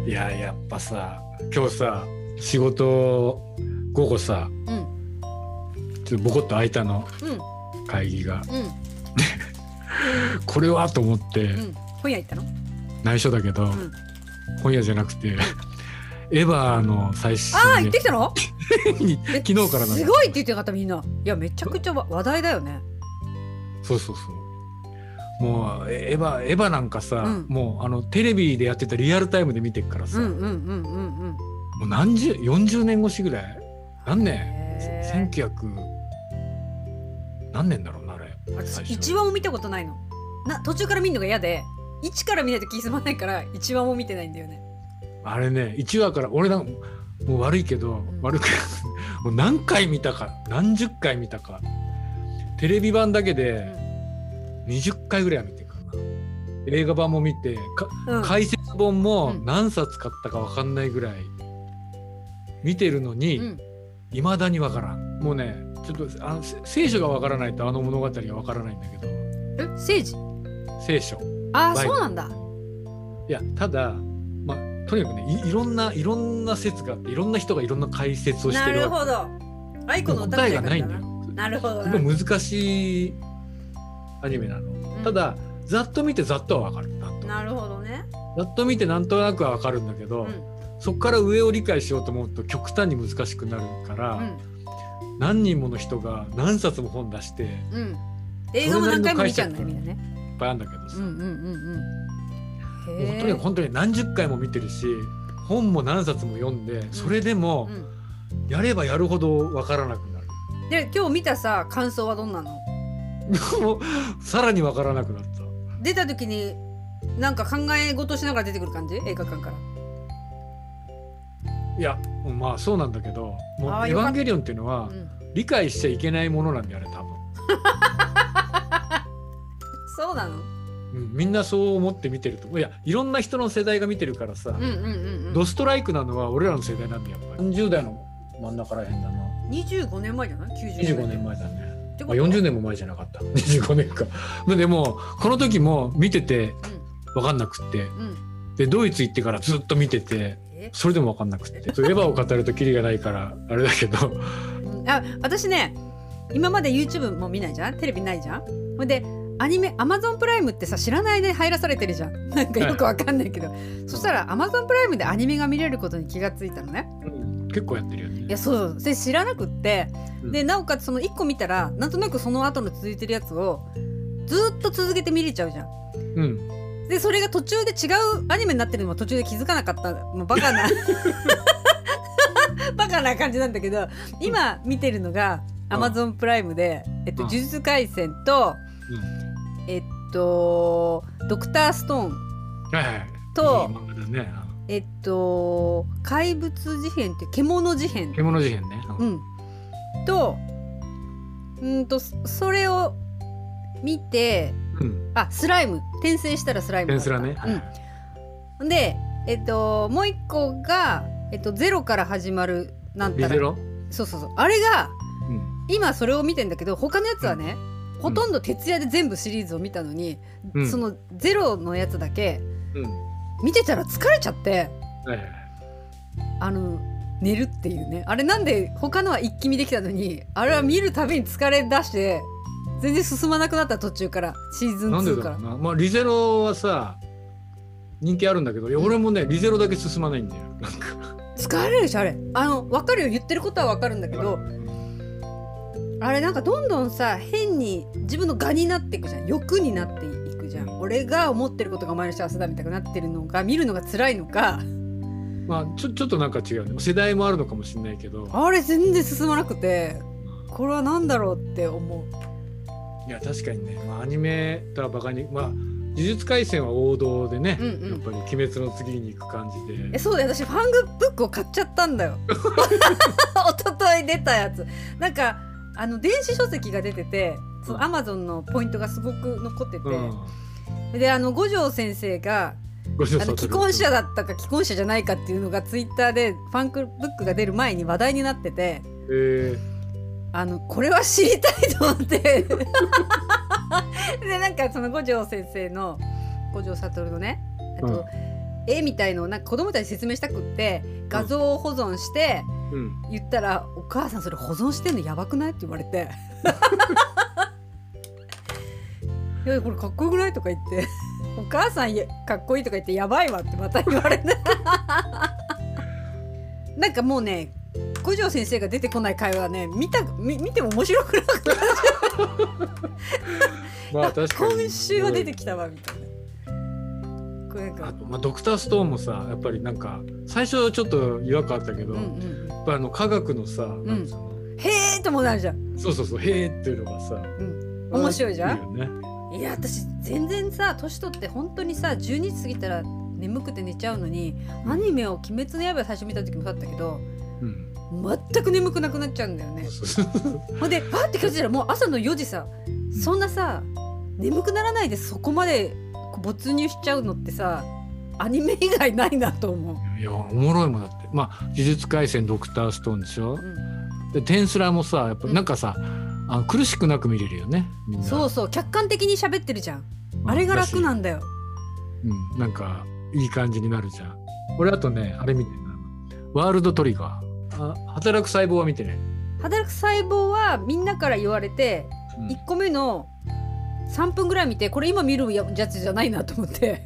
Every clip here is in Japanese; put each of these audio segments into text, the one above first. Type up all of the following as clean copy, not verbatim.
いややっぱさ今日さ仕事午後さ、ちょっとボコッと空いたの、会議が、これはと思って、 本屋行ったの？ 内緒だけど、本屋じゃなくてエヴァの最新ああ行ってきたの？ 昨日からすごいって言ってなかったみんな。いやめちゃくちゃ話題だよね。 そうもうエヴァなんかさ、もうテレビでやってたリアルタイムで見てるからさ、もう40年越しぐらい、何年1900何年だろうなあれ。 1話も見たことないの。途中から見るのが嫌で、1から見ないと気済まないから1話も見てないんだよね。あれね、1話から俺もう悪いけど、悪くもう何回見たか、何十回見たか、テレビ版だけで20回ぐらい見てるかな。映画版も見て解説本も何冊買ったか分かんないぐらい見てるのに、未だに分からん。もうね、ちょっと聖書が分からないと物語が分からないんだけど。聖書。 そうなんだ。 いやただとにかくね、いろんな説があって、いろんな人がいろんな解説をしてるわけ。 なるほど。愛子の歌答えがないんだよ。 なるほど。 すごい難しいアニメなの。ただざっと見てざっとは分かる。 なるほどね。 ざっと見てなんとなくは分かるんだけど、そこから上を理解しようと思うと極端に難しくなるから、何人もの人が何冊も本出して、 映画も何回も見ちゃうんだよみんなね。 いっぱいあるんだけどさ、本当に何十回も見てるし、本も何冊も読んで、それでもやればやるほど分からなくなる。 で今日見たさ感想はどんなの？ もうさらに分からなくなった。 出た時になんか考え事しながら出てくる感じ？映画館から。 いやそうなんだけど、もうエヴァンゲリオンっていうのは理解しちゃいけないものなんだよね、多分。 そうなの？ みんなそう思って見てると。いや、いろんな人の世代が見てるからさ、ドストライクなのは俺らの世代なんだよ、やっぱり。30代の真ん中らへんだな。 25年前じゃない？ 25年前だね。40年も前じゃなかった。25年か。でもこの時も見てて分かんなくって、でドイツ行ってからずっと見てて、それでも分かんなくって、エヴァを語るとキリがないからあれだけど私ね、今まで YouTube も見ないじゃん、テレビないじゃん。でアニメ Amazon プライムってさ、知らないで入らされてるじゃん。なんかよく分かんないけど、そしたら Amazon プライムでアニメが見れることに気がついたのね。 結構やってるよね。いやそうで知らなくって、でなおかつその1個見たらなんとなくその後の続いてるやつをずっと続けて見れちゃうじゃん。でそれが途中で違うアニメになってるのも途中で気づかなかった。もうバカなバカな感じなんだけど、今見てるのが Amazon プライムで、呪術廻戦と、ドクターストーンと、怪物事変って獣事変ね、とそれを見て、スライム転生したらスライムだった。でもう一個がゼロから始まるなんたら、そうあれが、今それを見てんだけど、他のやつはね、ほとんど徹夜で全部シリーズを見たのに、そのゼロのやつだけ、見てたら疲れちゃって、寝るっていうね。あれなんで他のは一気見できたのに、あれは見るたびに疲れ出して全然進まなくなった。途中からシーズン2から。なんでだろうな。リゼロはさ人気あるんだけど、俺もねリゼロだけ進まないんだよ。なんか疲れるでしょあれ。分かるよ、言ってることは分かるんだけど、あれなんかどんどんさ変に自分の我になっていくじゃん、欲になっていくじゃん。俺が思ってることがお前の幸せだみたいになってるのが見るのが辛いのか、ちょっとなんか違うね。世代もあるのかもしれないけど、あれ全然進まなくて、これはなんだろうって思う。いや確かにね、アニメとはバカに、呪術廻戦は王道でね、やっぱり鬼滅の次に行く感じで。そうだよ、私ファンブックを買っちゃったんだよ一昨日出たやつ。なんか電子書籍が出てて、Amazon のポイントがすごく残ってて、で五条先生が既婚者だったか既婚者じゃないかっていうのがツイッターでファンブックが出る前に話題になってて、これは知りたいと思ってでなんかその五条先生の五条悟のね、 絵みたいのをなんか子供たちに説明したくって画像を保存して言ったら、お母さんそれ保存してんのやばくないって言われていやこれかっこよくないとか言ってお母さんかっこいいとか言ってやばいわってまた言われてなんかもうね五条先生が出てこない会話はね見ても面白くなくなっちゃうまあ確かに今週は出てきたわみたいな。これなんかあと、ドクターストーンもさやっぱりなんか最初ちょっと違和感あったけど、やっぱ科学のさ、なんつうのへーってもなるじゃん。 そうへーっていうのがさ、 面白いじゃん。 いいよね。 いや私全然さ年取って本当にさ12時過ぎたら眠くて寝ちゃうのに、アニメを鬼滅の刃最初見た時もそうだったけど、全く眠くなくなっちゃうんだよね。ほんでパッて気づいたらもう朝の4時さ、そんなさ眠くならないでそこまで没入しちゃうのってさアニメ以外ないなと思う。 いやおもろいもんだって。まあ呪術廻戦ドクターストーンでしょ、でテンスラもさやっぱなんかさ、苦しくなく見れるよねみんな。 そう客観的に喋ってるじゃん、あれが楽なんだよ。 なんかいい感じになるじゃん。俺あとねあれ見てるな、ワールドトリガー。働く細胞は見てね。 働く細胞はみんなから言われて、1個目の3分ぐらい見てこれ今見るやつじゃないなと思って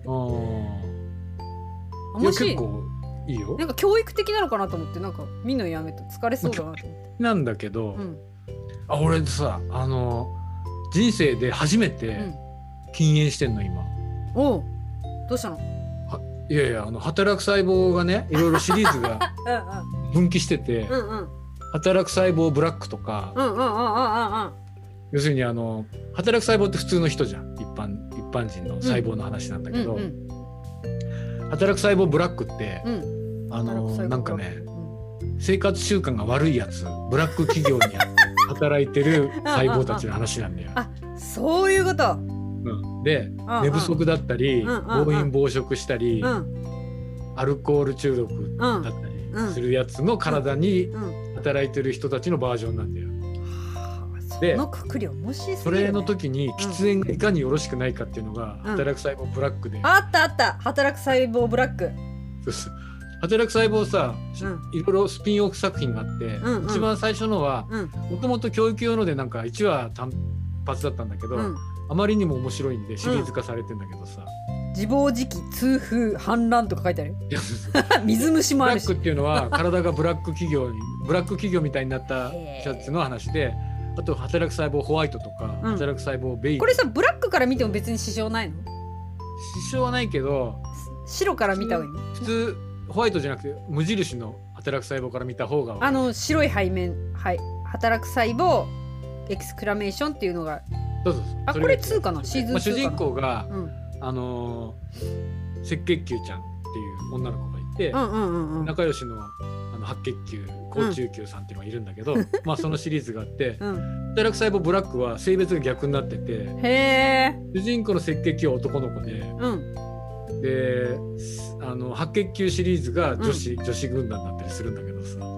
面白い。 結構いいよ。 なんか教育的なのかなと思ってなんか見るのやめた、疲れそうだなと思って。 なんだけど、俺さ人生で初めて禁煙してんの今。 おうどうしたの？ いや働く細胞がねいろいろシリーズが分岐してて働く細胞ブラックとか、要するに働く細胞って普通の人じゃん、一般人の細胞の話なんだけど、働く細胞ブラックって、なんかね、生活習慣が悪いやつ、ブラック企業に働いてる細胞たちの話なんだよ。 あ、そういうこと。 で、寝不足だったり、暴飲暴食したり、アルコール中毒だったりするやつの体に働いてる人たちのバージョンなんだよ。でそれの時に喫煙がいかによろしくないかっていうのが働く細胞ブラックで、 あった働く細胞ブラック。 働く細胞さ、いろいろスピンオフ作品があって、一番最初のはもともと教育用のでなんか1話単発だったんだけど、あまりにも面白いんでシリーズ化されてんだけどさ、 自暴自棄、痛風、反乱とか書いてあるよ。水虫もあるし。 ブラックっていうのは体がブラック企業みたいになったやつの話で、あと働く細胞ホワイトとか、働く細胞ベイビー。 これさブラックから見ても別に支障ないの？ 支障はないけど、 白から見た方がいいの？ 普通ホワイトじゃなくて無印の働く細胞から見た方が、 白い背面、働く細胞エクスクラメーションっていうのが、これ2かな、シーズン2かな。 主人公が、赤血球ちゃんっていう女の子がいて、仲良しの白血球高中球さんっていうのがいるんだけど、まあそのシリーズがあって、働く細胞ブラックは性別が逆になってて、主人公の赤血球は男の子で、で白血球シリーズが女子軍団だったりするんだけどさ、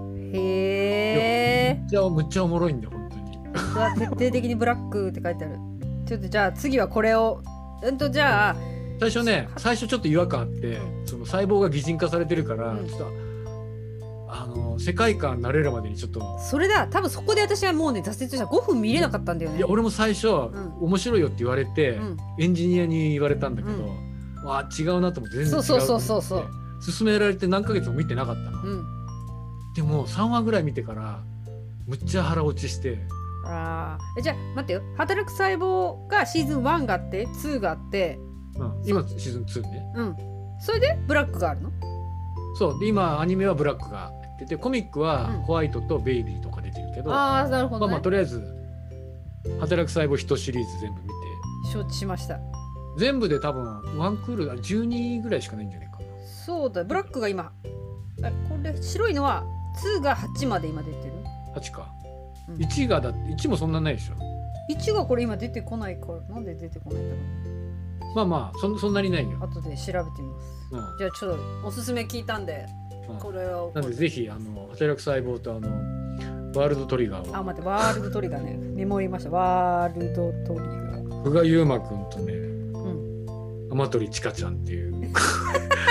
むっちゃおもろいんだよ本当に。 徹底的にブラックって書いてある。ちょっとじゃあ次はこれをじゃあ最初ちょっと違和感あって、その細胞が擬人化されてるから、ちょっと世界観慣れるまでにちょっと、それだ、 多分そこで私はもうね挫折した5分見れなかったんだよね。 いや俺も最初、面白いよって言われて、エンジニアに言われたんだけど、違うなと思って、全然違うと思って勧められて何ヶ月も見てなかったの、でも3話ぐらい見てからむっちゃ腹落ちして。 じゃあ待ってよ、働く細胞がシーズン1があって2があって、 今シーズン2ね。 それでブラックがあるの？ そうで、今アニメはブラックが出て、コミックはホワイトとベイビーとか出てるけど、 なるほどね。 とりあえず働く細胞1シリーズ全部見て承知しました。 全部で多分ワンクール12ぐらいしかないんじゃないかな。 そうだ、ブラックが今これ白いのは2が8まで今出てる。 8か、1がだって1もそんなないでしょ。 1がこれ今出てこないから、なんで出てこないんだろう。まあそんなにないよ。 後で調べてみます、じゃあちょっとおすすめ聞いたんで、これをなんでぜひ働く細胞とワールドトリガーを。 待って、ワールドトリガーね、メモりました。ワールドトリガー、 久我悠馬くんとね、天鳥千佳ちゃんっていう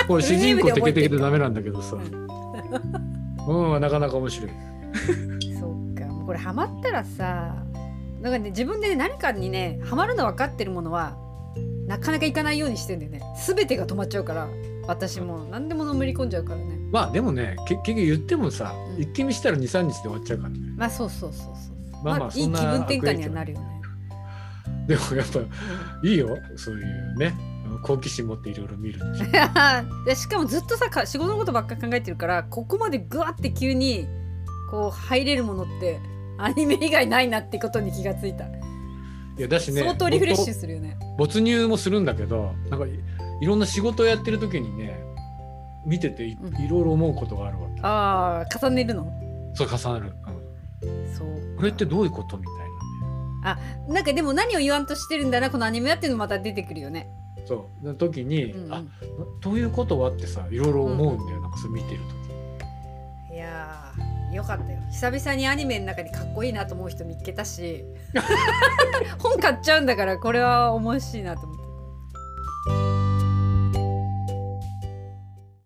これ主人公テケテケでダメなんだけどさ、なかなか面白い。 そうか、もうこれハマったらさ、なんかね、自分で、ね、何かにねハマるの分かってるものはなかなかいかないようにしてんだよね。全てが止まっちゃうから、私も何でものめり込んじゃうからね。 まあでもね、結局言ってもさ、一気見したら 2,3 日で終わっちゃうからね。 まあそうそうそうそう。 まあいい気分転換にはなるよね。 でもやっぱいいよ、そういうね、好奇心持っていろいろ見るでしかもずっとさ仕事のことばっか考えてるから、ここまでグワって急にこう入れるものってアニメ以外ないなってことに気がついた。いやだしね、 相当リフレッシュするよね。 没入もするんだけど、なんかいろんな仕事をやってる時にね、見てていろいろ思うことがあるわけ。 ああ、重ねるの？ そう、重なる、 そう。 これってどういうことみたいなね。なんかでも何を言わんとしてるんだなこのアニメやっていうのまた出てくるよね。 そうの時に、どういうことはってさ、いろいろ思うんだよ、なんかそれ見てる時。 いやー、よかったよ。久々にアニメの中にかっこいいなと思う人見っけたし本買っちゃうんだから、これは面白いなと思って。